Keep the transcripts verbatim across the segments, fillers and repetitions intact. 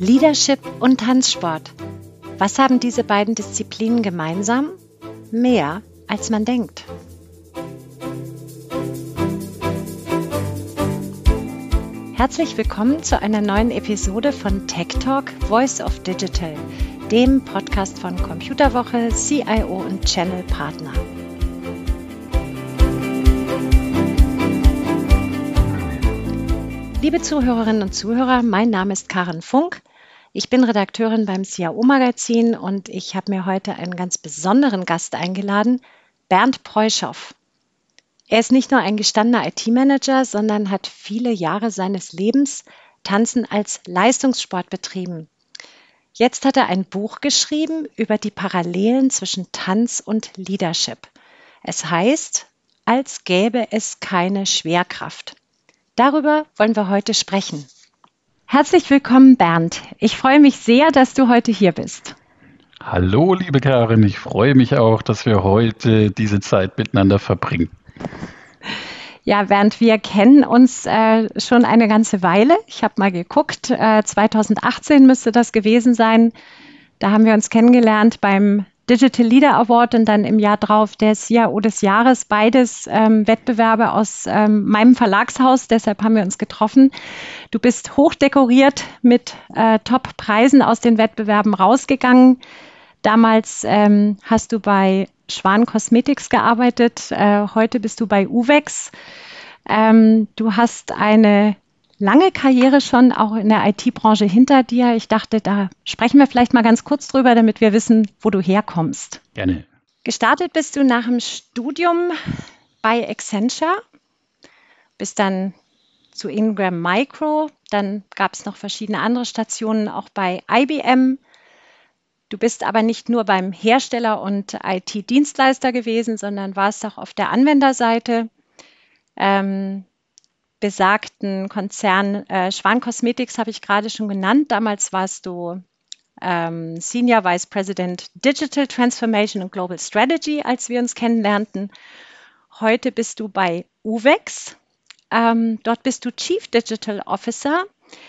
Leadership und Tanzsport. Was haben diese beiden Disziplinen gemeinsam? Mehr, als man denkt. Herzlich willkommen zu einer neuen Episode von Tech Talk Voice of Digital, dem Podcast von Computerwoche, C I O und Channel Partner. Liebe Zuhörerinnen und Zuhörer, mein Name ist Karin Funk. Ich bin Redakteurin beim C I O-Magazin und ich habe mir heute einen ganz besonderen Gast eingeladen, Bernd Preuschow. Er ist nicht nur ein gestandener I T-Manager, sondern hat viele Jahre seines Lebens Tanzen als Leistungssport betrieben. Jetzt hat er ein Buch geschrieben über die Parallelen zwischen Tanz und Leadership. Es heißt, als gäbe es keine Schwerkraft. Darüber wollen wir heute sprechen. Herzlich willkommen, Bernd. Ich freue mich sehr, dass du heute hier bist. Hallo, liebe Karin. Ich freue mich auch, dass wir heute diese Zeit miteinander verbringen. Ja, Bernd, wir kennen uns äh, schon eine ganze Weile. Ich habe mal geguckt, äh, zwanzig achtzehn müsste das gewesen sein. Da haben wir uns kennengelernt beim Digital Leader Award und dann im Jahr drauf der C I O des Jahres. Beides ähm, Wettbewerbe aus ähm, meinem Verlagshaus, deshalb haben wir uns getroffen. Du bist hochdekoriert mit äh, Top-Preisen aus den Wettbewerben rausgegangen. Damals ähm, hast du bei Schwan Cosmetics gearbeitet, äh, heute bist du bei Uvex. Ähm, du hast eine lange Karriere schon auch in der I T-Branche hinter dir. Ich dachte, da sprechen wir vielleicht mal ganz kurz drüber, damit wir wissen, wo du herkommst. Gerne. Gestartet bist du nach dem Studium bei Accenture, bist dann zu Ingram Micro, dann gab es noch verschiedene andere Stationen, auch bei I B M. Du bist aber nicht nur beim Hersteller und I T-Dienstleister gewesen, sondern warst auch auf der Anwenderseite. Ähm, besagten Konzern äh, Schwan Cosmetics habe ich gerade schon genannt. Damals warst du ähm, Senior Vice President Digital Transformation und Global Strategy, als wir uns kennenlernten. Heute bist du bei Uvex. Ähm, dort bist du Chief Digital Officer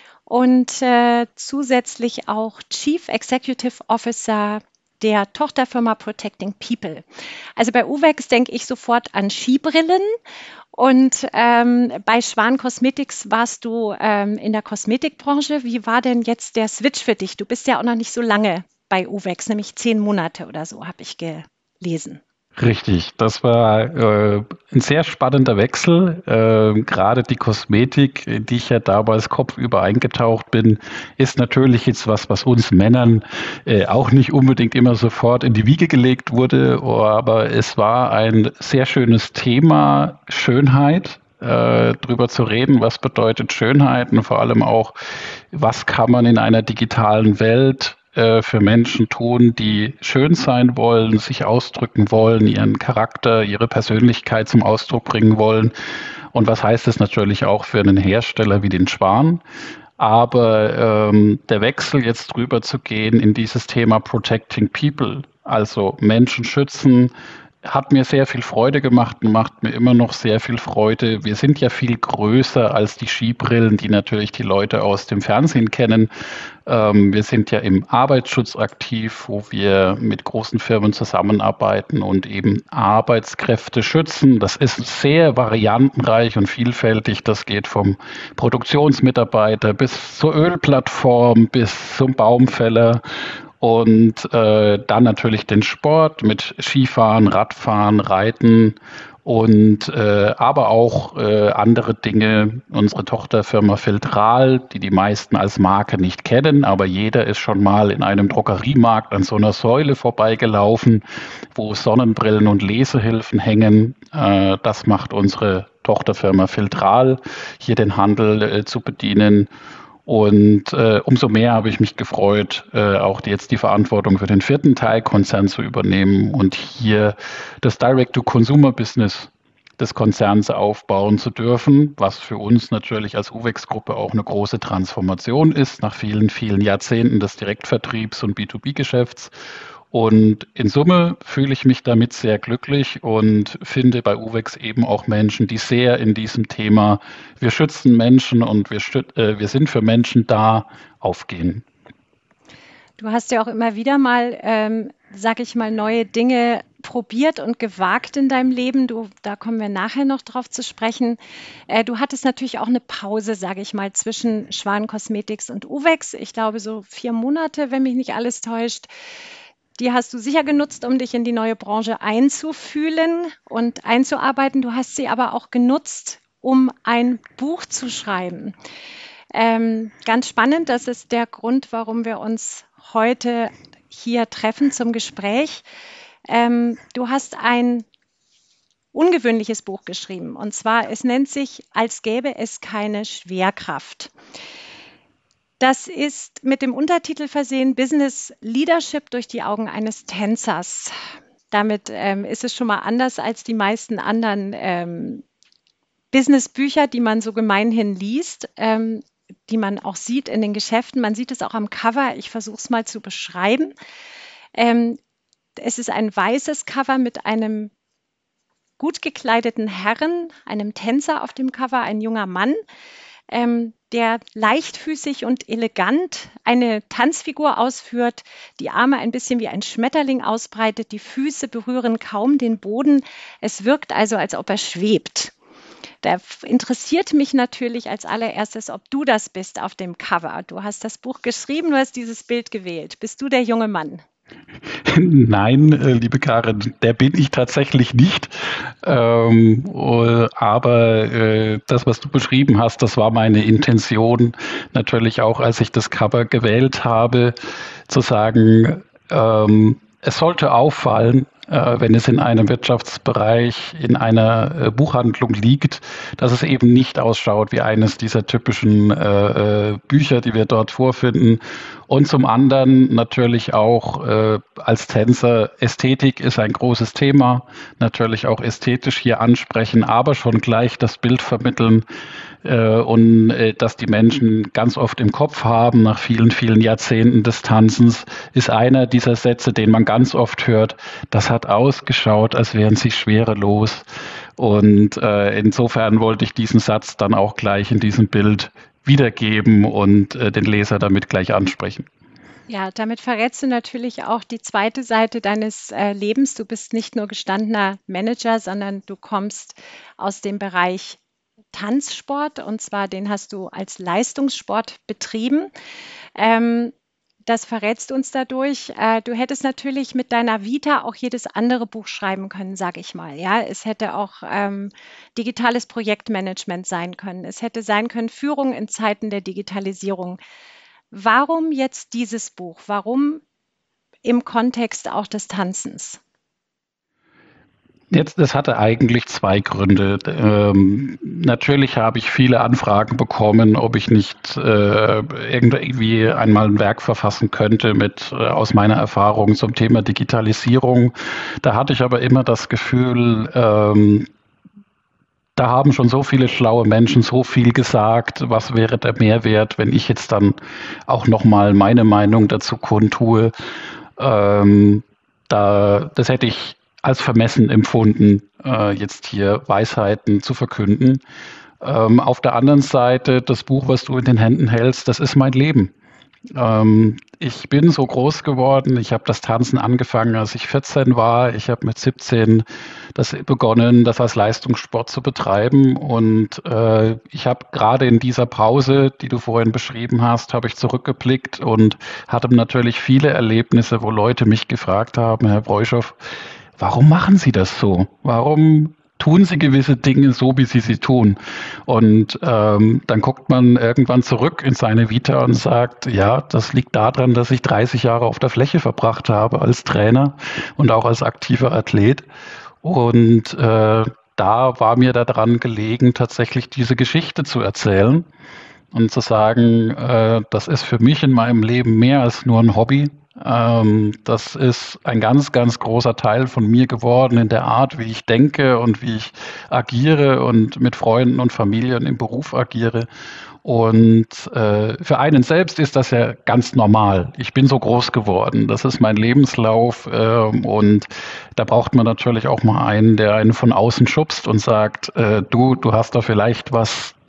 und äh, zusätzlich auch Chief Executive Officer der Tochterfirma Protecting People. Also bei Uvex denke ich sofort an Skibrillen. Und ähm, bei Schwan Cosmetics warst du ähm, in der Kosmetikbranche. Wie war denn jetzt der Switch für dich? Du bist ja auch noch nicht so lange bei Uvex, nämlich zehn Monate oder so, habe ich gelesen. Richtig, das war äh, ein sehr spannender Wechsel. Äh, gerade die Kosmetik, in die ich ja damals kopfüber eingetaucht bin, ist natürlich jetzt was, was uns Männern äh, auch nicht unbedingt immer sofort in die Wiege gelegt wurde, aber es war ein sehr schönes Thema, Schönheit. Äh, drüber zu reden, was bedeutet Schönheit und vor allem auch, was kann man in einer digitalen Welt für Menschen tun, die schön sein wollen, sich ausdrücken wollen, ihren Charakter, ihre Persönlichkeit zum Ausdruck bringen wollen. Und was heißt es natürlich auch für einen Hersteller wie den Schwan? Aber ähm, der Wechsel jetzt drüber zu gehen in dieses Thema Protecting People, also Menschen schützen, hat mir sehr viel Freude gemacht und macht mir immer noch sehr viel Freude. Wir sind ja viel größer als die Skibrillen, die natürlich die Leute aus dem Fernsehen kennen. Ähm, wir sind ja im Arbeitsschutz aktiv, wo wir mit großen Firmen zusammenarbeiten und eben Arbeitskräfte schützen. Das ist sehr variantenreich und vielfältig. Das geht vom Produktionsmitarbeiter bis zur Ölplattform, bis zum Baumfäller. Und äh, dann natürlich den Sport mit Skifahren, Radfahren, Reiten und äh, aber auch äh, andere Dinge. Unsere Tochterfirma Filtral, die die meisten als Marke nicht kennen, aber jeder ist schon mal in einem Drogeriemarkt an so einer Säule vorbeigelaufen, wo Sonnenbrillen und Lesehilfen hängen. Äh, das macht unsere Tochterfirma Filtral, hier den Handel äh, zu bedienen. Und äh, umso mehr habe ich mich gefreut, äh, auch jetzt die Verantwortung für den vierten Teilkonzern zu übernehmen und hier das Direct-to-Consumer-Business des Konzerns aufbauen zu dürfen, was für uns natürlich als Uvex-Gruppe auch eine große Transformation ist, nach vielen, vielen Jahrzehnten des Direktvertriebs und B zwei B-Geschäfts. Und in Summe fühle ich mich damit sehr glücklich und finde bei Uvex eben auch Menschen, die sehr in diesem Thema, wir schützen Menschen und wir, stüt- äh, wir sind für Menschen da, aufgehen. Du hast ja auch immer wieder mal, ähm, sag ich mal, neue Dinge probiert und gewagt in deinem Leben. Du, da kommen wir nachher noch drauf zu sprechen. Äh, du hattest natürlich auch eine Pause, sage ich mal, zwischen Schwan Cosmetics und Uvex. Ich glaube, so vier Monate, wenn mich nicht alles täuscht. Die hast du sicher genutzt, um dich in die neue Branche einzufühlen und einzuarbeiten. Du hast sie aber auch genutzt, um ein Buch zu schreiben. Ähm, ganz spannend, das ist der Grund, warum wir uns heute hier treffen zum Gespräch. Ähm, du hast ein ungewöhnliches Buch geschrieben, und zwar, es nennt sich Als gäbe es keine Schwerkraft. Das ist mit dem Untertitel versehen Business Leadership durch die Augen eines Tänzers. Damit ähm, ist es schon mal anders als die meisten anderen ähm, Businessbücher, die man so gemeinhin liest, ähm, die man auch sieht in den Geschäften. Man sieht es auch am Cover. Ich versuche es mal zu beschreiben. Ähm, es ist ein weißes Cover mit einem gut gekleideten Herren, einem Tänzer auf dem Cover, ein junger Mann, ähm, der leichtfüßig und elegant eine Tanzfigur ausführt, die Arme ein bisschen wie ein Schmetterling ausbreitet, die Füße berühren kaum den Boden. Es wirkt also, als ob er schwebt. Da interessiert mich natürlich als allererstes, ob du das bist auf dem Cover. Du hast das Buch geschrieben, du hast dieses Bild gewählt. Bist du der junge Mann? Nein, äh, liebe Karin, der bin ich tatsächlich nicht. Ähm, äh, aber äh, das, was du beschrieben hast, das war meine Intention. Natürlich auch, als ich das Cover gewählt habe, zu sagen, ähm, es sollte auffallen, äh, wenn es in einem Wirtschaftsbereich, in einer äh, Buchhandlung liegt, dass es eben nicht ausschaut wie eines dieser typischen äh, äh, Bücher, die wir dort vorfinden. Und zum anderen natürlich auch äh, als Tänzer, Ästhetik ist ein großes Thema, natürlich auch ästhetisch hier ansprechen, aber schon gleich das Bild vermitteln äh, und äh, dass die Menschen ganz oft im Kopf haben, nach vielen, vielen Jahrzehnten des Tanzens, ist einer dieser Sätze, den man ganz oft hört, das hat ausgeschaut, als wären sie schwerelos. Und äh, insofern wollte ich diesen Satz dann auch gleich in diesem Bild wiedergeben und äh, den Leser damit gleich ansprechen. Ja, damit verrätst du natürlich auch die zweite Seite deines äh, Lebens. Du bist nicht nur gestandener Manager, sondern du kommst aus dem Bereich Tanzsport, und zwar den hast du als Leistungssport betrieben. Ähm, das verrätst du uns dadurch. Äh, du hättest natürlich mit deiner Vita auch jedes andere Buch schreiben können, sage ich mal. Ja, es hätte auch ähm, digitales Projektmanagement sein können. Es hätte sein können Führung in Zeiten der Digitalisierung. Warum jetzt dieses Buch? Warum im Kontext auch des Tanzens? Jetzt, das hatte eigentlich zwei Gründe. Ähm, natürlich habe ich viele Anfragen bekommen, ob ich nicht äh, irgendwie einmal ein Werk verfassen könnte mit äh, aus meiner Erfahrung zum Thema Digitalisierung. Da hatte ich aber immer das Gefühl, ähm, da haben schon so viele schlaue Menschen so viel gesagt. Was wäre der Mehrwert, wenn ich jetzt dann auch nochmal meine Meinung dazu kundtue? Ähm, da, das hätte ich als vermessen empfunden, äh, jetzt hier Weisheiten zu verkünden. Ähm, auf der anderen Seite, das Buch, was du in den Händen hältst, das ist mein Leben. Ähm, ich bin so groß geworden. Ich habe das Tanzen angefangen, als ich vierzehn war. Ich habe mit siebzehn das begonnen, das als Leistungssport zu betreiben. Und äh, ich habe gerade in dieser Pause, die du vorhin beschrieben hast, habe ich zurückgeblickt und hatte natürlich viele Erlebnisse, wo Leute mich gefragt haben, Herr Breuschhoff, warum machen Sie das so? Warum tun Sie gewisse Dinge so, wie Sie sie tun? Und ähm, dann guckt man irgendwann zurück in seine Vita und sagt, ja, das liegt daran, dass ich dreißig Jahre auf der Fläche verbracht habe als Trainer und auch als aktiver Athlet. Und äh, da war mir daran gelegen, tatsächlich diese Geschichte zu erzählen und zu sagen, äh, das ist für mich in meinem Leben mehr als nur ein Hobby. Ähm, das ist ein ganz, ganz großer Teil von mir geworden in der Art, wie ich denke und wie ich agiere und mit Freunden und Familien im Beruf agiere. Und äh, für einen selbst ist das ja ganz normal. Ich bin so groß geworden. Das ist mein Lebenslauf. Äh, und da braucht man natürlich auch mal einen, der einen von außen schubst und sagt, äh, du, du hast da vielleicht was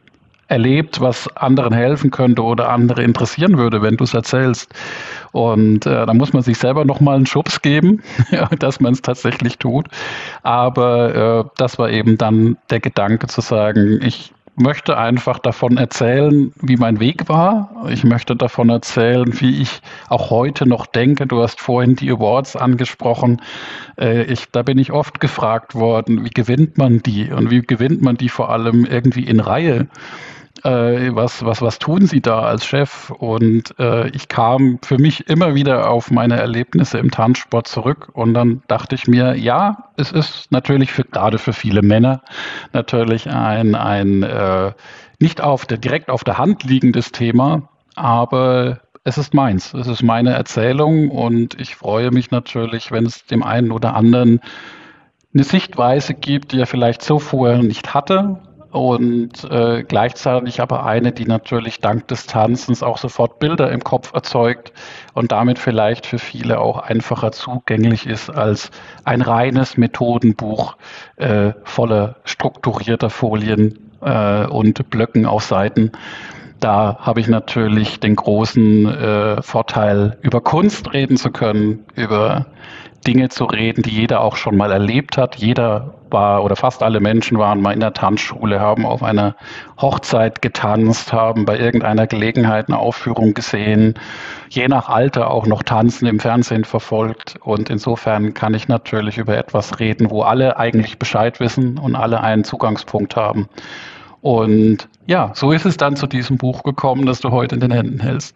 erlebt, was anderen helfen könnte oder andere interessieren würde, wenn du es erzählst. Und äh, da muss man sich selber nochmal einen Schubs geben, dass man es tatsächlich tut. Aber äh, das war eben dann der Gedanke zu sagen, ich möchte einfach davon erzählen, wie mein Weg war. Ich möchte davon erzählen, wie ich auch heute noch denke. Du hast vorhin die Awards angesprochen. Äh, ich, da bin ich oft gefragt worden, wie gewinnt man die? Und wie gewinnt man die vor allem irgendwie in Reihe? Äh, was, was, was tun Sie da als Chef? Und äh, ich kam für mich immer wieder auf meine Erlebnisse im Tanzsport zurück. Und dann dachte ich mir, ja, es ist natürlich für, gerade für viele Männer natürlich ein, ein äh, nicht auf der, direkt auf der Hand liegendes Thema, aber es ist meins. Es ist meine Erzählung und ich freue mich natürlich, wenn es dem einen oder anderen eine Sichtweise gibt, die er vielleicht so vorher nicht hatte und äh, gleichzeitig aber eine, die natürlich dank des Tanzens auch sofort Bilder im Kopf erzeugt und damit vielleicht für viele auch einfacher zugänglich ist als ein reines Methodenbuch äh, voller strukturierter Folien äh, und Blöcken auf Seiten. Da habe ich natürlich den großen äh, Vorteil, über Kunst reden zu können, über Dinge zu reden, die jeder auch schon mal erlebt hat. Jeder war oder fast alle Menschen waren mal in der Tanzschule, haben auf einer Hochzeit getanzt, haben bei irgendeiner Gelegenheit eine Aufführung gesehen, je nach Alter auch noch Tanzen im Fernsehen verfolgt. Und insofern kann ich natürlich über etwas reden, wo alle eigentlich Bescheid wissen und alle einen Zugangspunkt haben. Und ja, so ist es dann zu diesem Buch gekommen, das du heute in den Händen hältst.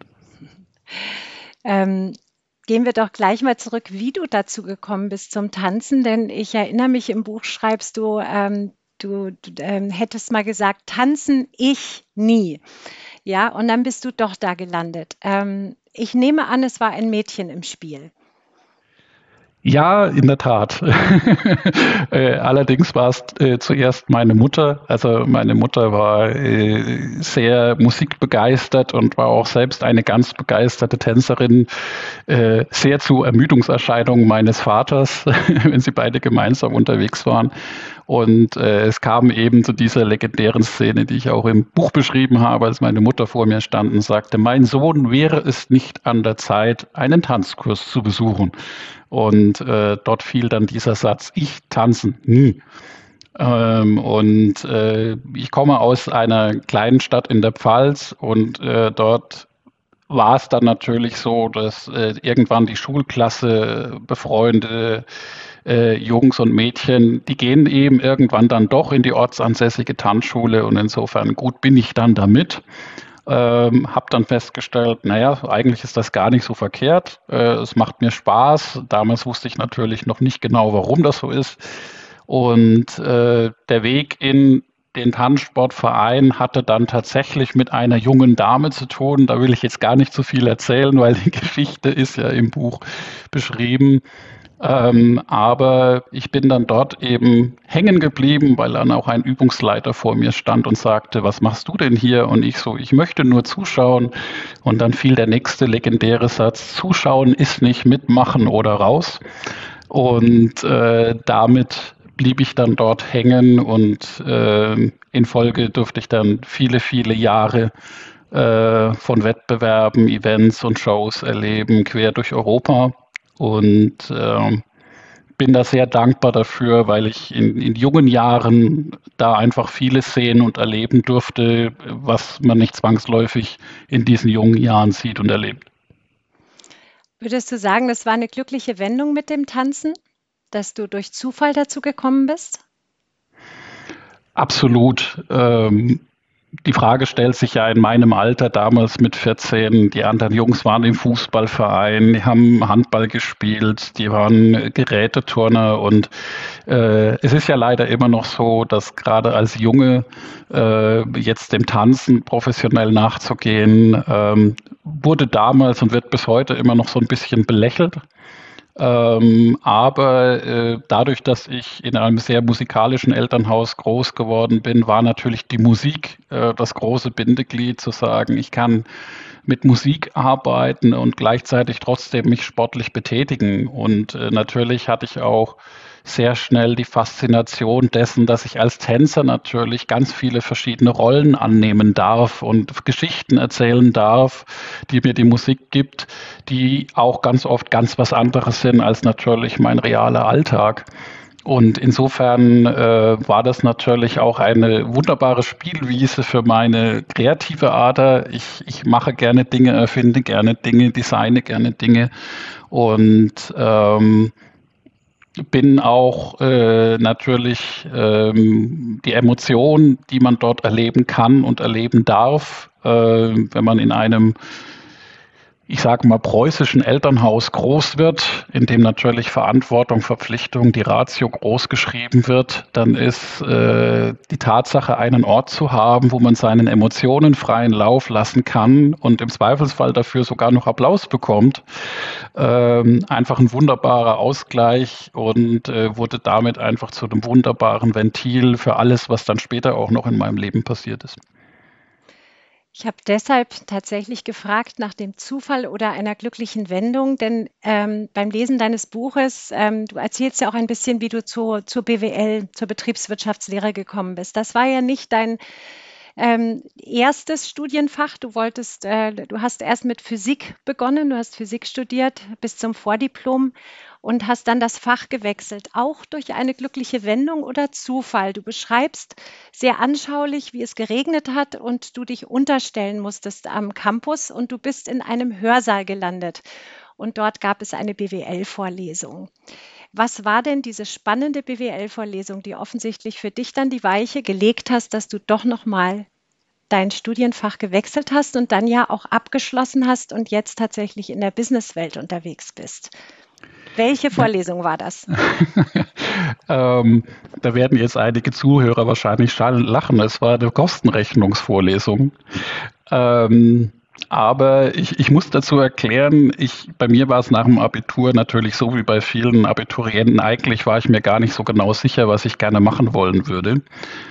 Ähm, gehen wir doch gleich mal zurück, wie du dazu gekommen bist zum Tanzen, denn ich erinnere mich, im Buch schreibst du, ähm, du, du ähm, hättest mal gesagt, tanzen ich nie. Ja, und dann bist du doch da gelandet. Ähm, ich nehme an, es war ein Mädchen im Spiel. Ja, in der Tat. äh, allerdings war es äh, zuerst meine Mutter. Also meine Mutter war äh, sehr musikbegeistert und war auch selbst eine ganz begeisterte Tänzerin, äh, sehr zu Ermüdungserscheinungen meines Vaters, wenn sie beide gemeinsam unterwegs waren. Und äh, es kam eben zu dieser legendären Szene, die ich auch im Buch beschrieben habe, als meine Mutter vor mir stand und sagte, mein Sohn, wäre es nicht an der Zeit, einen Tanzkurs zu besuchen. Und äh, dort fiel dann dieser Satz, ich tanzen nie. Ähm, und äh, ich komme aus einer kleinen Stadt in der Pfalz und äh, dort war es dann natürlich so, dass äh, irgendwann die Schulklasse befreundete äh, Jungs und Mädchen, die gehen eben irgendwann dann doch in die ortsansässige Tanzschule und insofern gut bin ich dann damit. Ähm, habe dann festgestellt, naja, eigentlich ist das gar nicht so verkehrt. Äh, es macht mir Spaß. Damals wusste ich natürlich noch nicht genau, warum das so ist. Und äh, der Weg in den Tanzsportverein hatte dann tatsächlich mit einer jungen Dame zu tun. Da will ich jetzt gar nicht so viel erzählen, weil die Geschichte ist ja im Buch beschrieben. Ähm, aber ich bin dann dort eben hängen geblieben, weil dann auch ein Übungsleiter vor mir stand und sagte, was machst du denn hier? Und ich so, ich möchte nur zuschauen. Und dann fiel der nächste legendäre Satz, zuschauen ist nicht mitmachen oder raus. Und äh, damit blieb ich dann dort hängen und äh, in Folge durfte ich dann viele, viele Jahre äh, von Wettbewerben, Events und Shows erleben, quer durch Europa. Und äh, bin da sehr dankbar dafür, weil ich in, in jungen Jahren da einfach vieles sehen und erleben durfte, was man nicht zwangsläufig in diesen jungen Jahren sieht und erlebt. Würdest du sagen, das war eine glückliche Wendung mit dem Tanzen, dass du durch Zufall dazu gekommen bist? Absolut. Ähm, Die Frage stellt sich ja in meinem Alter, damals mit vierzehn, die anderen Jungs waren im Fußballverein, die haben Handball gespielt, die waren Geräteturner und äh, es ist ja leider immer noch so, dass gerade als Junge äh, jetzt dem Tanzen professionell nachzugehen, ähm, wurde damals und wird bis heute immer noch so ein bisschen belächelt. Ähm, aber äh, dadurch, dass ich in einem sehr musikalischen Elternhaus groß geworden bin, war natürlich die Musik äh, das große Bindeglied, zu sagen, ich kann mit Musik arbeiten und gleichzeitig trotzdem mich sportlich betätigen. Und äh, natürlich hatte ich auch sehr schnell die Faszination dessen, dass ich als Tänzer natürlich ganz viele verschiedene Rollen annehmen darf und Geschichten erzählen darf, die mir die Musik gibt, die auch ganz oft ganz was anderes sind als natürlich mein realer Alltag. Und insofern äh, war das natürlich auch eine wunderbare Spielwiese für meine kreative Ader. Ich, ich mache gerne Dinge, erfinde gerne Dinge, designe gerne Dinge und ähm, bin auch äh, natürlich ähm, die Emotion, die man dort erleben kann und erleben darf, äh, wenn man in einem, ich sage mal, preußischen Elternhaus groß wird, in dem natürlich Verantwortung, Verpflichtung, die Ratio groß geschrieben wird, dann ist äh, die Tatsache, einen Ort zu haben, wo man seinen Emotionen freien Lauf lassen kann und im Zweifelsfall dafür sogar noch Applaus bekommt, ähm, einfach ein wunderbarer Ausgleich und äh, wurde damit einfach zu einem wunderbaren Ventil für alles, was dann später auch noch in meinem Leben passiert ist. Ich habe deshalb tatsächlich gefragt nach dem Zufall oder einer glücklichen Wendung, denn ähm, beim Lesen deines Buches, ähm, du erzählst ja auch ein bisschen, wie du zu, zur B W L, zur Betriebswirtschaftslehre gekommen bist. Das war ja nicht dein ähm, erstes Studienfach. Du wolltest, äh, du hast erst mit Physik begonnen, du hast Physik studiert bis zum Vordiplom und hast dann das Fach gewechselt, auch durch eine glückliche Wendung oder Zufall. Du beschreibst sehr anschaulich, wie es geregnet hat und du dich unterstellen musstest am Campus und du bist in einem Hörsaal gelandet und dort gab es eine B W L-Vorlesung. Was war denn diese spannende B W L-Vorlesung, die offensichtlich für dich dann die Weiche gelegt hast, dass du doch nochmal dein Studienfach gewechselt hast und dann ja auch abgeschlossen hast und jetzt tatsächlich in der Businesswelt unterwegs bist? Welche Vorlesung war das? ähm, da werden jetzt einige Zuhörer wahrscheinlich schallend lachen. Es war eine Kostenrechnungsvorlesung. Ähm, aber ich, ich muss dazu erklären, ich, bei mir war es nach dem Abitur natürlich so wie bei vielen Abiturienten. Eigentlich war ich mir gar nicht so genau sicher, was ich gerne machen wollen würde.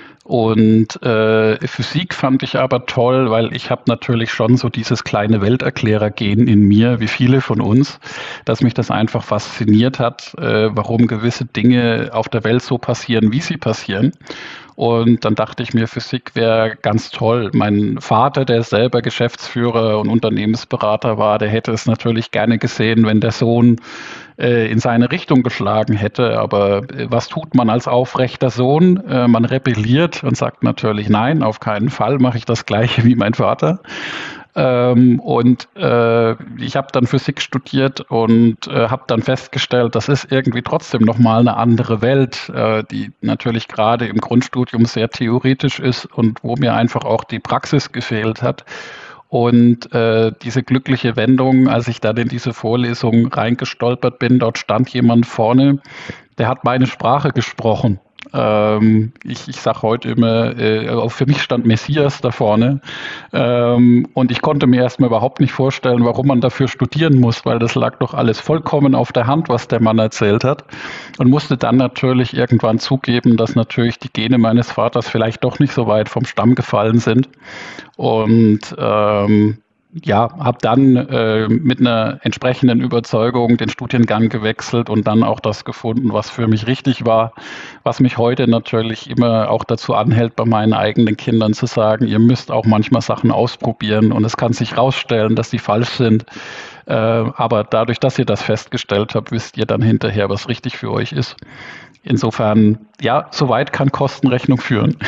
Und äh, Physik fand ich aber toll, weil ich habe natürlich schon so dieses kleine Welterklärer-Gen in mir, wie viele von uns, dass mich das einfach fasziniert hat, äh, warum gewisse Dinge auf der Welt so passieren, wie sie passieren. Und dann dachte ich mir, Physik wäre ganz toll. Mein Vater, der selber Geschäftsführer und Unternehmensberater war, der hätte es natürlich gerne gesehen, wenn der Sohn äh, in seine Richtung geschlagen hätte. Aber äh, was tut man als aufrechter Sohn? Äh, man rebelliert und sagt natürlich, nein, auf keinen Fall mache ich das Gleiche wie mein Vater. Ähm, und äh, ich habe dann Physik studiert und äh, habe dann festgestellt, das ist irgendwie trotzdem nochmal eine andere Welt, äh, die natürlich gerade im Grundstudium sehr theoretisch ist und wo mir einfach auch die Praxis gefehlt hat. Und äh, diese glückliche Wendung, als ich dann in diese Vorlesung reingestolpert bin, dort stand jemand vorne, der hat meine Sprache gesprochen. Ähm, ich ich sage heute immer, äh, für mich stand Messias da vorne. Ähm, und ich konnte mir erstmal überhaupt nicht vorstellen, warum man dafür studieren muss, weil das lag doch alles vollkommen auf der Hand, was der Mann erzählt hat. Und musste dann natürlich irgendwann zugeben, dass natürlich die Gene meines Vaters vielleicht doch nicht so weit vom Stamm gefallen sind. Und ähm, ja, habe dann äh, mit einer entsprechenden Überzeugung den Studiengang gewechselt und dann auch das gefunden, was für mich richtig war, was mich heute natürlich immer auch dazu anhält, bei meinen eigenen Kindern zu sagen, ihr müsst auch manchmal Sachen ausprobieren und es kann sich rausstellen, dass die falsch sind. Äh, aber dadurch, dass ihr das festgestellt habt, wisst ihr dann hinterher, was richtig für euch ist. Insofern, ja, soweit kann Kostenrechnung führen.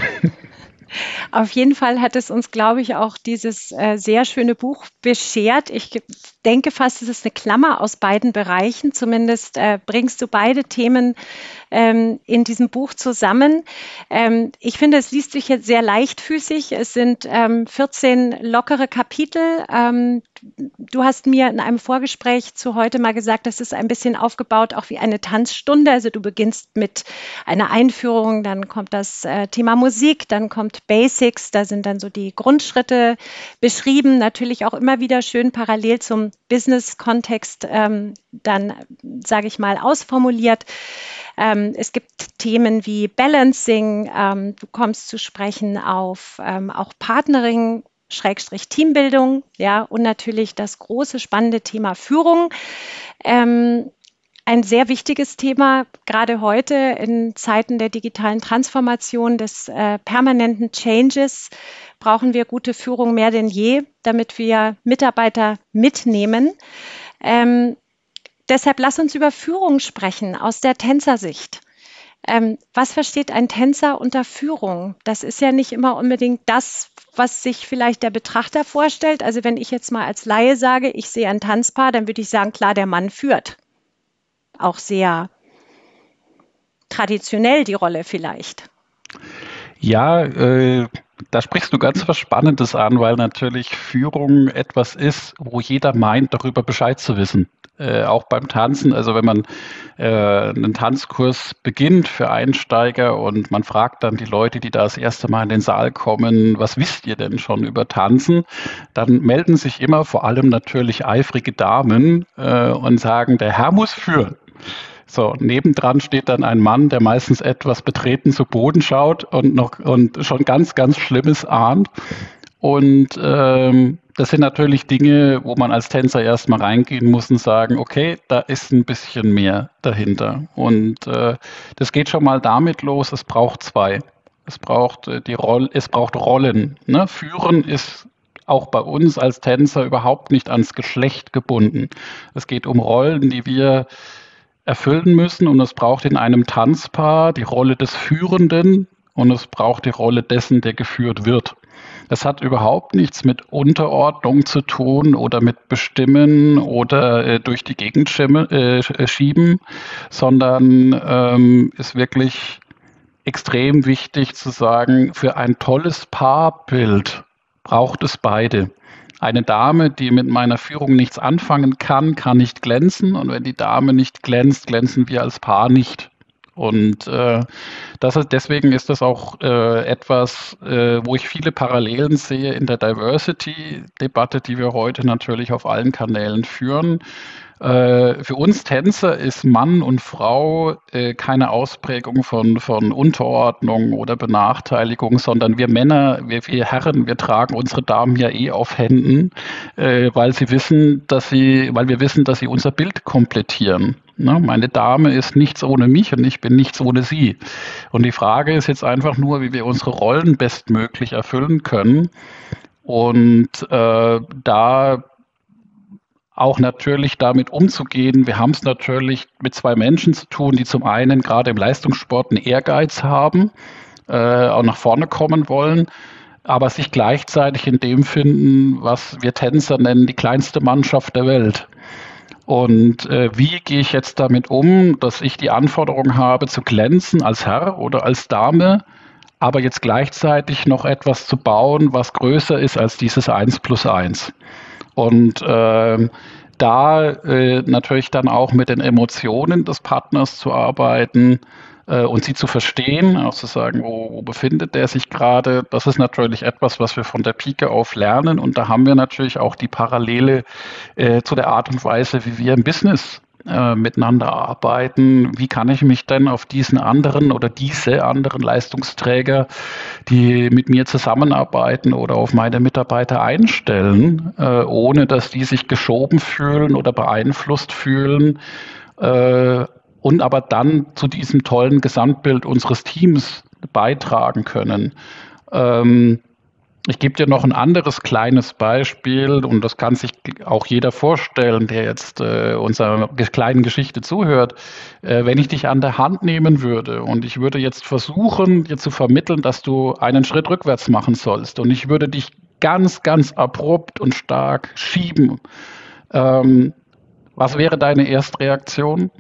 Auf jeden Fall hat es uns, glaube ich, auch dieses äh, sehr schöne Buch beschert. Ich denke fast, es ist eine Klammer aus beiden Bereichen. Zumindest äh, bringst du beide Themen ähm, in diesem Buch zusammen. Ähm, ich finde, es liest sich jetzt sehr leichtfüßig. Es sind ähm, vierzehn lockere Kapitel. Ähm, du hast mir in einem Vorgespräch zu heute mal gesagt, das ist ein bisschen aufgebaut, auch wie eine Tanzstunde. Also du beginnst mit einer Einführung, dann kommt das äh, Thema Musik, dann kommt Basics, da sind dann so die Grundschritte beschrieben, natürlich auch immer wieder schön parallel zum Business-Kontext ähm, dann, sage ich mal, ausformuliert. Ähm, es gibt Themen wie Balancing, ähm, du kommst zu sprechen auf ähm, auch Partnering, Schrägstrich Teambildung, ja, und natürlich das große spannende Thema Führung. Ähm, ein sehr wichtiges Thema, gerade heute in Zeiten der digitalen Transformation, des äh, permanenten Changes, brauchen wir gute Führung mehr denn je, damit wir Mitarbeiter mitnehmen. Ähm, deshalb lass uns über Führung sprechen aus der Tänzersicht. Ähm, was versteht ein Tänzer unter Führung? Das ist ja nicht immer unbedingt das, was sich vielleicht der Betrachter vorstellt. Also wenn ich jetzt mal als Laie sage, ich sehe ein Tanzpaar, dann würde ich sagen, klar, der Mann führt. Auch sehr traditionell die Rolle vielleicht. Ja, äh, da sprichst du ganz was Spannendes an, weil natürlich Führung etwas ist, wo jeder meint, darüber Bescheid zu wissen. Äh, auch beim Tanzen, also wenn man äh, einen Tanzkurs beginnt für Einsteiger und man fragt dann die Leute, die da das erste Mal in den Saal kommen, was wisst ihr denn schon über Tanzen? Dann melden sich immer vor allem natürlich eifrige Damen äh, und sagen, der Herr muss führen. So, nebendran steht dann ein Mann, der meistens etwas betreten zu Boden schaut und noch und schon ganz, ganz Schlimmes ahnt. Und ähm, das sind natürlich Dinge, wo man als Tänzer erstmal reingehen muss und sagen, okay, da ist ein bisschen mehr dahinter. Und äh, das geht schon mal damit los, es braucht zwei. Es braucht äh, die Rolle, es braucht Rollen. Ne? Führen ist auch bei uns als Tänzer überhaupt nicht ans Geschlecht gebunden. Es geht um Rollen, die wir erfüllen müssen, und es braucht in einem Tanzpaar die Rolle des Führenden und es braucht die Rolle dessen, der geführt wird. Das hat überhaupt nichts mit Unterordnung zu tun oder mit Bestimmen oder äh, durch die Gegend schimme, äh, schieben, sondern ähm, ist wirklich extrem wichtig zu sagen, für ein tolles Paarbild braucht es beide. Eine Dame, die mit meiner Führung nichts anfangen kann, kann nicht glänzen. Und wenn die Dame nicht glänzt, glänzen wir als Paar nicht. Und äh, das ist, deswegen ist das auch äh, etwas, äh, wo ich viele Parallelen sehe in der Diversity-Debatte, die wir heute natürlich auf allen Kanälen führen. Äh, für uns Tänzer ist Mann und Frau äh, keine Ausprägung von, von Unterordnung oder Benachteiligung, sondern wir Männer, wir, wir Herren, wir tragen unsere Damen ja eh auf Händen, äh, weil sie wissen, dass sie, weil wir wissen, dass sie unser Bild komplettieren. Ne? Meine Dame ist nichts ohne mich und ich bin nichts ohne sie. Und die Frage ist jetzt einfach nur, wie wir unsere Rollen bestmöglich erfüllen können. Und äh, da auch natürlich damit umzugehen. Wir haben es natürlich mit zwei Menschen zu tun, die zum einen gerade im Leistungssport einen Ehrgeiz haben, äh, auch nach vorne kommen wollen, aber sich gleichzeitig in dem finden, was wir Tänzer nennen, die kleinste Mannschaft der Welt. Und äh, wie gehe ich jetzt damit um, dass ich die Anforderung habe, zu glänzen als Herr oder als Dame, aber jetzt gleichzeitig noch etwas zu bauen, was größer ist als dieses Eins plus Eins. Und äh, da äh, natürlich dann auch mit den Emotionen des Partners zu arbeiten äh, und sie zu verstehen, auch zu sagen, wo, wo befindet der sich gerade, das ist natürlich etwas, was wir von der Pike auf lernen. Und da haben wir natürlich auch die Parallele äh, zu der Art und Weise, wie wir im Business äh, miteinander arbeiten. Wie kann ich mich denn auf diesen anderen oder diese anderen Leistungsträger, die mit mir zusammenarbeiten, oder auf meine Mitarbeiter einstellen, äh, ohne dass die sich geschoben fühlen oder beeinflusst fühlen, äh, und aber dann zu diesem tollen Gesamtbild unseres Teams beitragen können. Ähm, Ich gebe dir noch ein anderes kleines Beispiel, und das kann sich auch jeder vorstellen, der jetzt äh, unserer kleinen Geschichte zuhört. Äh, wenn ich dich an der Hand nehmen würde und ich würde jetzt versuchen, dir zu vermitteln, dass du einen Schritt rückwärts machen sollst, und ich würde dich ganz, ganz abrupt und stark schieben, ähm, was wäre deine Erstreaktion?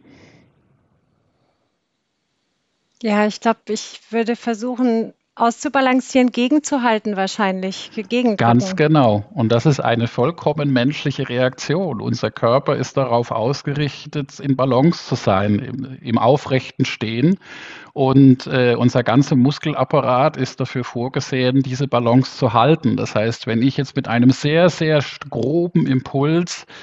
Ja, ich glaube, ich würde versuchen, auszubalancieren, gegenzuhalten wahrscheinlich, Ganz gegendrücken. genau. Und das ist eine vollkommen menschliche Reaktion. Unser Körper ist darauf ausgerichtet, in Balance zu sein, im, im aufrechten Stehen. Und äh, unser ganzer Muskelapparat ist dafür vorgesehen, diese Balance zu halten. Das heißt, wenn ich jetzt mit einem sehr, sehr groben Impuls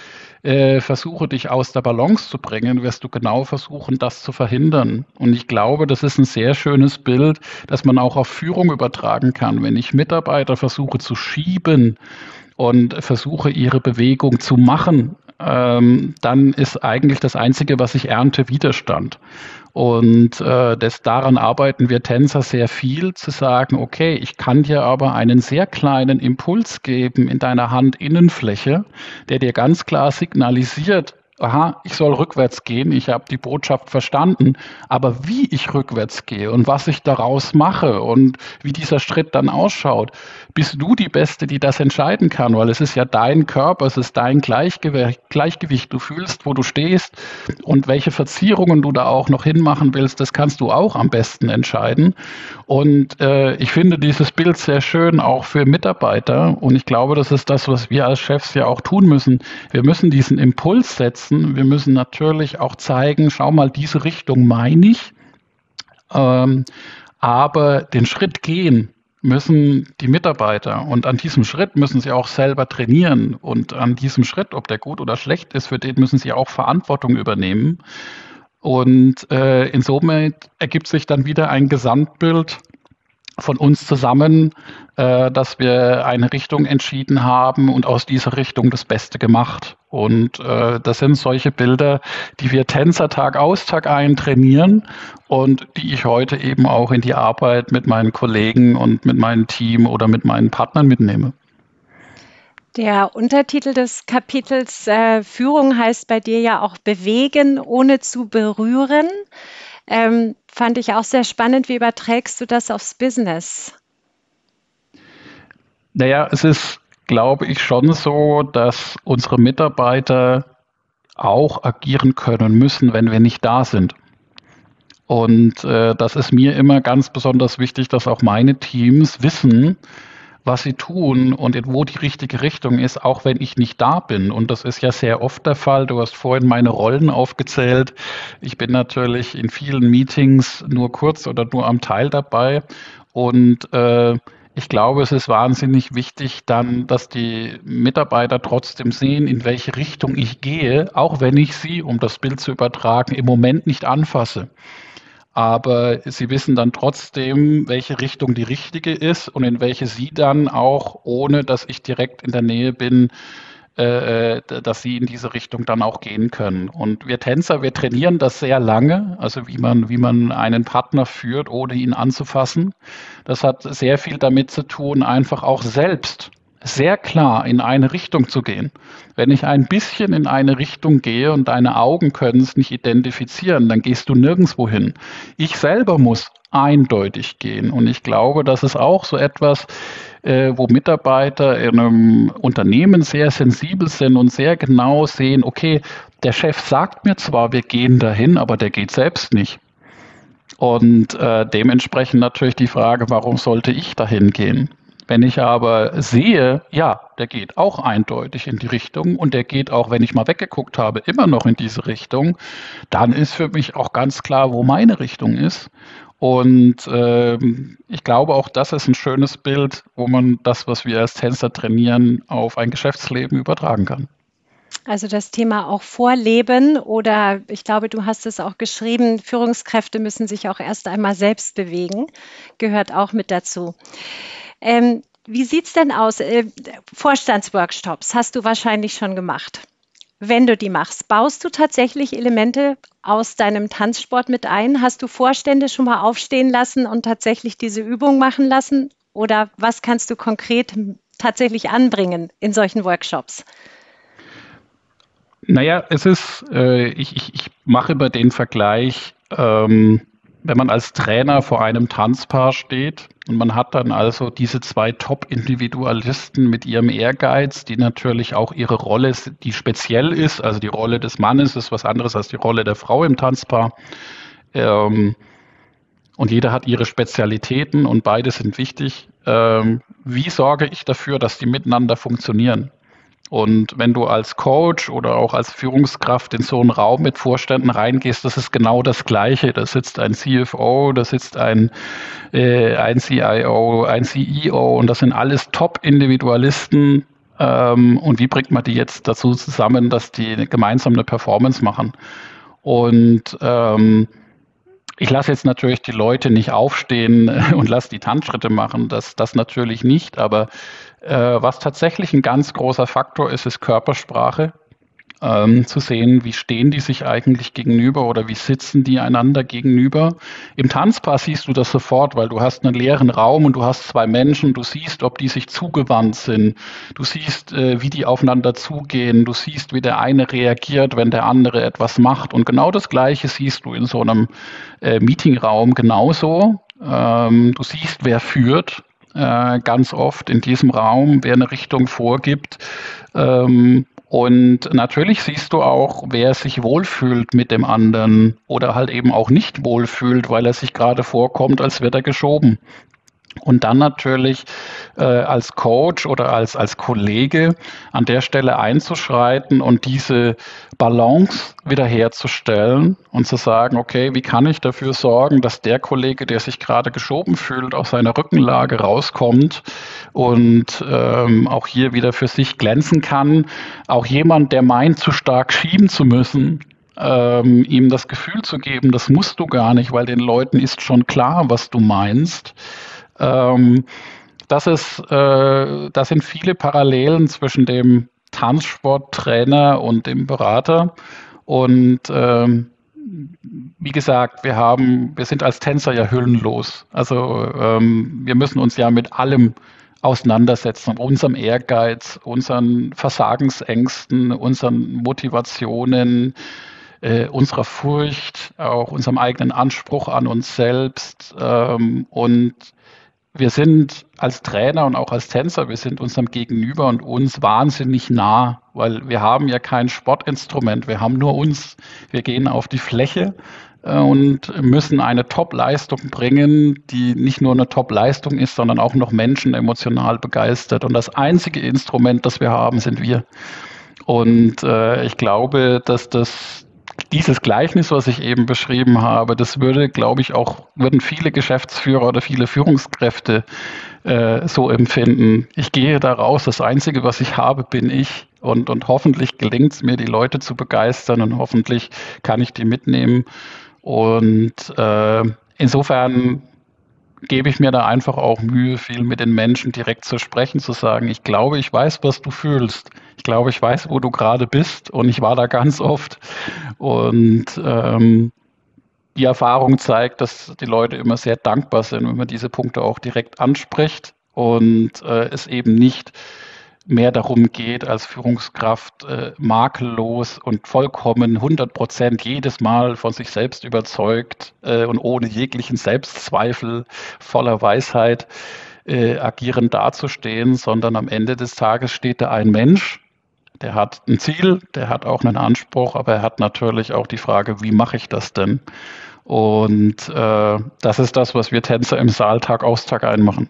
äh, versuche, dich aus der Balance zu bringen, wirst du genau versuchen, das zu verhindern. Und ich glaube, das ist ein sehr schönes Bild, das man auch auf Führung übertragen kann. Wenn ich Mitarbeiter versuche zu schieben und versuche, ihre Bewegung zu machen, ähm, dann ist eigentlich das Einzige, was ich ernte, Widerstand. Und äh, das, daran arbeiten wir Tänzer sehr viel, zu sagen, okay, ich kann dir aber einen sehr kleinen Impuls geben in deiner Handinnenfläche, der dir ganz klar signalisiert, aha, ich soll rückwärts gehen, ich habe die Botschaft verstanden, aber wie ich rückwärts gehe und was ich daraus mache und wie dieser Schritt dann ausschaut, bist du die Beste, die das entscheiden kann, weil es ist ja dein Körper, es ist dein Gleichgewicht, Gleichgewicht, du fühlst, wo du stehst und welche Verzierungen du da auch noch hinmachen willst, das kannst du auch am besten entscheiden. Und äh, ich finde dieses Bild sehr schön, auch für Mitarbeiter. Und ich glaube, das ist das, was wir als Chefs ja auch tun müssen. Wir müssen diesen Impuls setzen. Wir müssen natürlich auch zeigen, schau mal, diese Richtung meine ich. Ähm, aber den Schritt gehen müssen die Mitarbeiter. Und an diesem Schritt müssen sie auch selber trainieren. Und an diesem Schritt, ob der gut oder schlecht ist, für den müssen sie auch Verantwortung übernehmen. Und äh, insofern ergibt sich dann wieder ein Gesamtbild von uns zusammen, äh, dass wir eine Richtung entschieden haben und aus dieser Richtung das Beste gemacht. Und äh, das sind solche Bilder, die wir Tänzer Tag aus, Tag ein trainieren und die ich heute eben auch in die Arbeit mit meinen Kollegen und mit meinem Team oder mit meinen Partnern mitnehme. Der Untertitel des Kapitels äh, Führung heißt bei dir ja auch bewegen, ohne zu berühren. Ähm, fand ich auch sehr spannend. Wie überträgst du das aufs Business? Naja, es ist, glaube ich, schon so, dass unsere Mitarbeiter auch agieren können müssen, wenn wir nicht da sind. Und äh, das ist mir immer ganz besonders wichtig, dass auch meine Teams wissen, was sie tun und wo die richtige Richtung ist, auch wenn ich nicht da bin. Und das ist ja sehr oft der Fall. Du hast vorhin meine Rollen aufgezählt. Ich bin natürlich in vielen Meetings nur kurz oder nur am Teil dabei. Und äh, ich glaube, es ist wahnsinnig wichtig dann, dass die Mitarbeiter trotzdem sehen, in welche Richtung ich gehe, auch wenn ich sie, um das Bild zu übertragen, im Moment nicht anfasse. Aber sie wissen dann trotzdem, welche Richtung die richtige ist und in welche sie dann auch, ohne dass ich direkt in der Nähe bin, äh, dass sie in diese Richtung dann auch gehen können. Und wir Tänzer, wir trainieren das sehr lange, also wie man, wie man einen Partner führt, ohne ihn anzufassen. Das hat sehr viel damit zu tun, einfach auch selbst sehr klar in eine Richtung zu gehen. Wenn ich ein bisschen in eine Richtung gehe und deine Augen können es nicht identifizieren, dann gehst du nirgendwo hin. Ich selber muss eindeutig gehen. Und ich glaube, das ist auch so etwas, äh, wo Mitarbeiter in einem Unternehmen sehr sensibel sind und sehr genau sehen, okay, der Chef sagt mir zwar, wir gehen dahin, aber der geht selbst nicht. Und äh, dementsprechend natürlich die Frage, warum sollte ich dahin gehen? Wenn ich aber sehe, ja, der geht auch eindeutig in die Richtung und der geht auch, wenn ich mal weggeguckt habe, immer noch in diese Richtung, dann ist für mich auch ganz klar, wo meine Richtung ist. Und ähm, ich glaube, auch das ist ein schönes Bild, wo man das, was wir als Tänzer trainieren, auf ein Geschäftsleben übertragen kann. Also das Thema auch vorleben oder ich glaube, du hast es auch geschrieben, Führungskräfte müssen sich auch erst einmal selbst bewegen, gehört auch mit dazu. Ähm, wie sieht es denn aus? Äh, Vorstandsworkshops hast du wahrscheinlich schon gemacht. Wenn du die machst, baust du tatsächlich Elemente aus deinem Tanzsport mit ein? Hast du Vorstände schon mal aufstehen lassen und tatsächlich diese Übung machen lassen? Oder was kannst du konkret tatsächlich anbringen in solchen Workshops? Naja, es ist, äh, ich, ich, ich mache über den Vergleich, ähm, wenn man als Trainer vor einem Tanzpaar steht und man hat dann also diese zwei Top-Individualisten mit ihrem Ehrgeiz, die natürlich auch ihre Rolle, die speziell ist, also die Rolle des Mannes ist was anderes als die Rolle der Frau im Tanzpaar. Ähm, und jeder hat ihre Spezialitäten und beide sind wichtig. Ähm, wie sorge ich dafür, dass die miteinander funktionieren? Und wenn du als Coach oder auch als Führungskraft in so einen Raum mit Vorständen reingehst, das ist genau das Gleiche. Da sitzt ein C F O, da sitzt ein, äh, ein C I O, ein C E O und das sind alles Top-Individualisten. ähm, und wie bringt man die jetzt dazu zusammen, dass die gemeinsam eine Performance machen. Und ähm, ich lasse jetzt natürlich die Leute nicht aufstehen und lasse die Tanzschritte machen, das, das natürlich nicht, aber äh, was tatsächlich ein ganz großer Faktor ist, ist Körpersprache. Ähm, zu sehen, wie stehen die sich eigentlich gegenüber oder wie sitzen die einander gegenüber. Im Tanzpaar siehst du das sofort, weil du hast einen leeren Raum und du hast zwei Menschen, du siehst, ob die sich zugewandt sind, du siehst, äh, wie die aufeinander zugehen, du siehst, wie der eine reagiert, wenn der andere etwas macht, und genau das Gleiche siehst du in so einem äh, Meetingraum genauso. Ähm, du siehst, wer führt, äh, ganz oft in diesem Raum, wer eine Richtung vorgibt. ähm, Und natürlich siehst du auch, wer sich wohlfühlt mit dem anderen oder halt eben auch nicht wohlfühlt, weil er sich gerade vorkommt, als wird er geschoben. Und dann natürlich äh, als Coach oder als, als Kollege an der Stelle einzuschreiten und diese Balance wiederherzustellen und zu sagen, okay, wie kann ich dafür sorgen, dass der Kollege, der sich gerade geschoben fühlt, aus seiner Rückenlage rauskommt und ähm, auch hier wieder für sich glänzen kann. Auch jemand, der meint, zu stark schieben zu müssen, ähm, ihm das Gefühl zu geben, das musst du gar nicht, weil den Leuten ist schon klar, was du meinst. Ähm, das ist, äh, das sind viele Parallelen zwischen dem Tanzsporttrainer und dem Berater. Und ähm, wie gesagt, wir haben, wir sind als Tänzer ja hüllenlos. Also ähm, wir müssen uns ja mit allem auseinandersetzen, unserem Ehrgeiz, unseren Versagensängsten, unseren Motivationen, äh, unserer Furcht, auch unserem eigenen Anspruch an uns selbst. Ähm, und wir sind als Trainer und auch als Tänzer, wir sind unserem Gegenüber und uns wahnsinnig nah, weil wir haben ja kein Sportinstrument, wir haben nur uns. Wir gehen auf die Fläche äh, und müssen eine Top-Leistung bringen, die nicht nur eine Top-Leistung ist, sondern auch noch Menschen emotional begeistert. Und das einzige Instrument, das wir haben, sind wir. Und äh, ich glaube, dass das dieses Gleichnis, was ich eben beschrieben habe, das würde, glaube ich, auch, würden viele Geschäftsführer oder viele Führungskräfte äh, so empfinden. Ich gehe da raus, das Einzige, was ich habe, bin ich. Und, und hoffentlich gelingt es mir, die Leute zu begeistern, und hoffentlich kann ich die mitnehmen. Und äh, insofern gebe ich mir da einfach auch Mühe, viel mit den Menschen direkt zu sprechen, zu sagen, ich glaube, ich weiß, was du fühlst. Ich glaube, ich weiß, wo du gerade bist, und ich war da ganz oft. Und ähm, die Erfahrung zeigt, dass die Leute immer sehr dankbar sind, wenn man diese Punkte auch direkt anspricht und äh, es eben nicht mehr darum geht, als Führungskraft äh, makellos und vollkommen hundert Prozent jedes Mal von sich selbst überzeugt äh, und ohne jeglichen Selbstzweifel, voller Weisheit äh, agierend dazustehen, sondern am Ende des Tages steht da ein Mensch, der hat ein Ziel, der hat auch einen Anspruch, aber er hat natürlich auch die Frage, wie mache ich das denn? Und äh, das ist das, was wir Tänzer im Saal Tag aus, Tag ein machen.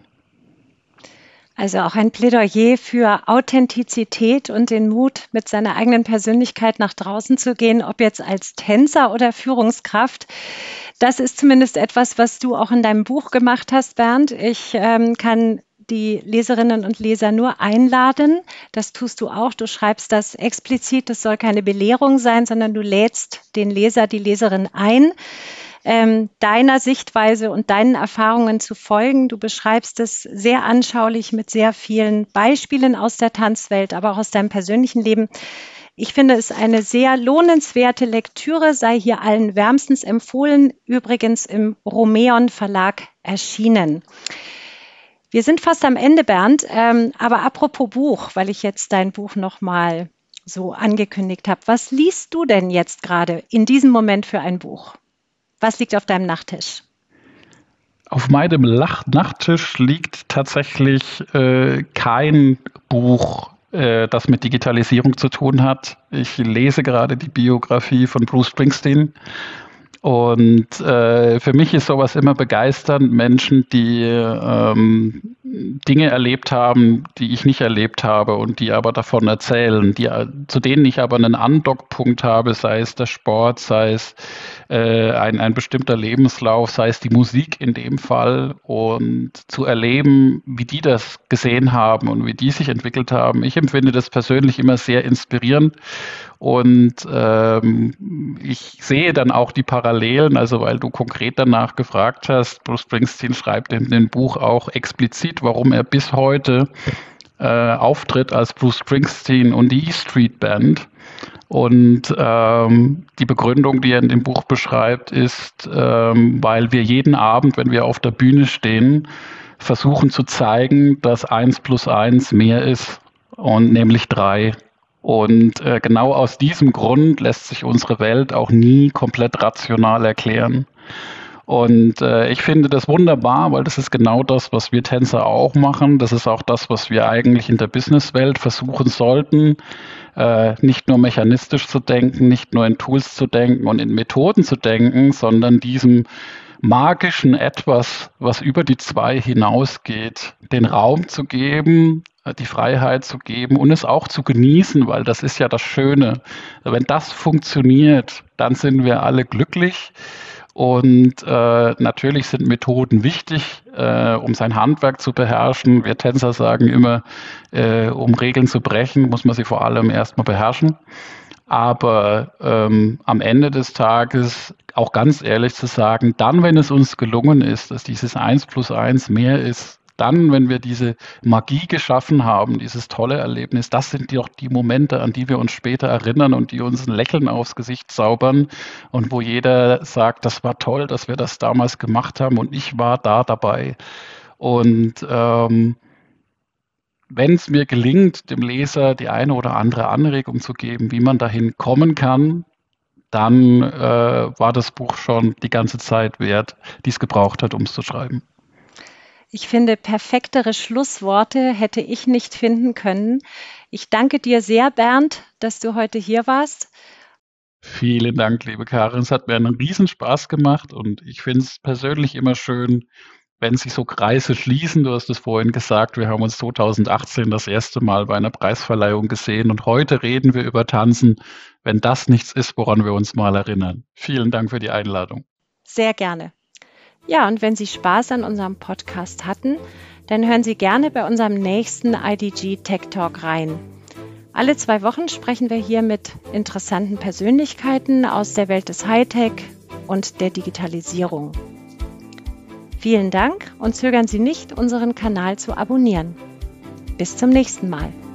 Also auch ein Plädoyer für Authentizität und den Mut, mit seiner eigenen Persönlichkeit nach draußen zu gehen, ob jetzt als Tänzer oder Führungskraft. Das ist zumindest etwas, was du auch in deinem Buch gemacht hast, Bernd. Ich ähm, kann die Leserinnen und Leser nur einladen. Das tust du auch. Du schreibst das explizit. Das soll keine Belehrung sein, sondern du lädst den Leser, die Leserin ein, ähm, deiner Sichtweise und deinen Erfahrungen zu folgen. Du beschreibst es sehr anschaulich mit sehr vielen Beispielen aus der Tanzwelt, aber auch aus deinem persönlichen Leben. Ich finde es eine sehr lohnenswerte Lektüre, sei hier allen wärmstens empfohlen, übrigens im Romeon Verlag erschienen. Wir sind fast am Ende, Bernd, ähm, aber apropos Buch, weil ich jetzt dein Buch nochmal so angekündigt habe. Was liest du denn jetzt gerade in diesem Moment für ein Buch? Was liegt auf deinem Nachttisch? Auf meinem Lach- Nachttisch liegt tatsächlich äh, kein Buch, äh, das mit Digitalisierung zu tun hat. Ich lese gerade die Biografie von Bruce Springsteen. Und äh, für mich ist sowas immer begeisternd, Menschen, die ähm, Dinge erlebt haben, die ich nicht erlebt habe und die aber davon erzählen, die, zu denen ich aber einen Andockpunkt habe, sei es der Sport, sei es äh, ein, ein bestimmter Lebenslauf, sei es die Musik in dem Fall, und zu erleben, wie die das gesehen haben und wie die sich entwickelt haben. Ich empfinde das persönlich immer sehr inspirierend. Und ähm, ich sehe dann auch die Parallelen, also weil du konkret danach gefragt hast, Bruce Springsteen schreibt in dem Buch auch explizit, warum er bis heute äh, auftritt als Bruce Springsteen und die E-Street Band. Und ähm, die Begründung, die er in dem Buch beschreibt, ist, ähm, weil wir jeden Abend, wenn wir auf der Bühne stehen, versuchen zu zeigen, dass eins plus eins mehr ist, und nämlich drei. Und äh, genau aus diesem Grund lässt sich unsere Welt auch nie komplett rational erklären. Und äh, ich finde das wunderbar, weil das ist genau das, was wir Tänzer auch machen. Das ist auch das, was wir eigentlich in der Businesswelt versuchen sollten, äh, nicht nur mechanistisch zu denken, nicht nur in Tools zu denken und in Methoden zu denken, sondern diesem magischen Etwas, was über die zwei hinausgeht, den Raum zu geben, die Freiheit zu geben und es auch zu genießen, weil das ist ja das Schöne. Wenn das funktioniert, dann sind wir alle glücklich. Und äh, natürlich sind Methoden wichtig, äh, um sein Handwerk zu beherrschen. Wir Tänzer sagen immer, äh, um Regeln zu brechen, muss man sie vor allem erstmal beherrschen. Aber ähm, am Ende des Tages, auch ganz ehrlich zu sagen, dann, wenn es uns gelungen ist, dass dieses eins plus eins mehr ist, dann, wenn wir diese Magie geschaffen haben, dieses tolle Erlebnis, das sind doch die Momente, an die wir uns später erinnern und die uns ein Lächeln aufs Gesicht zaubern und wo jeder sagt, das war toll, dass wir das damals gemacht haben und ich war da dabei. Und ähm, wenn es mir gelingt, dem Leser die eine oder andere Anregung zu geben, wie man dahin kommen kann, dann äh, war das Buch schon die ganze Zeit wert, die es gebraucht hat, um es zu schreiben. Ich finde, perfektere Schlussworte hätte ich nicht finden können. Ich danke dir sehr, Bernd, dass du heute hier warst. Vielen Dank, liebe Karin. Es hat mir einen Riesenspaß gemacht und ich finde es persönlich immer schön, wenn sich so Kreise schließen. Du hast es vorhin gesagt, wir haben uns zweitausendachtzehn das erste Mal bei einer Preisverleihung gesehen und heute reden wir über Tanzen, wenn das nichts ist, woran wir uns mal erinnern. Vielen Dank für die Einladung. Sehr gerne. Ja, und wenn Sie Spaß an unserem Podcast hatten, dann hören Sie gerne bei unserem nächsten I D G Tech Talk rein. Alle zwei Wochen sprechen wir hier mit interessanten Persönlichkeiten aus der Welt des Hightech und der Digitalisierung. Vielen Dank und zögern Sie nicht, unseren Kanal zu abonnieren. Bis zum nächsten Mal.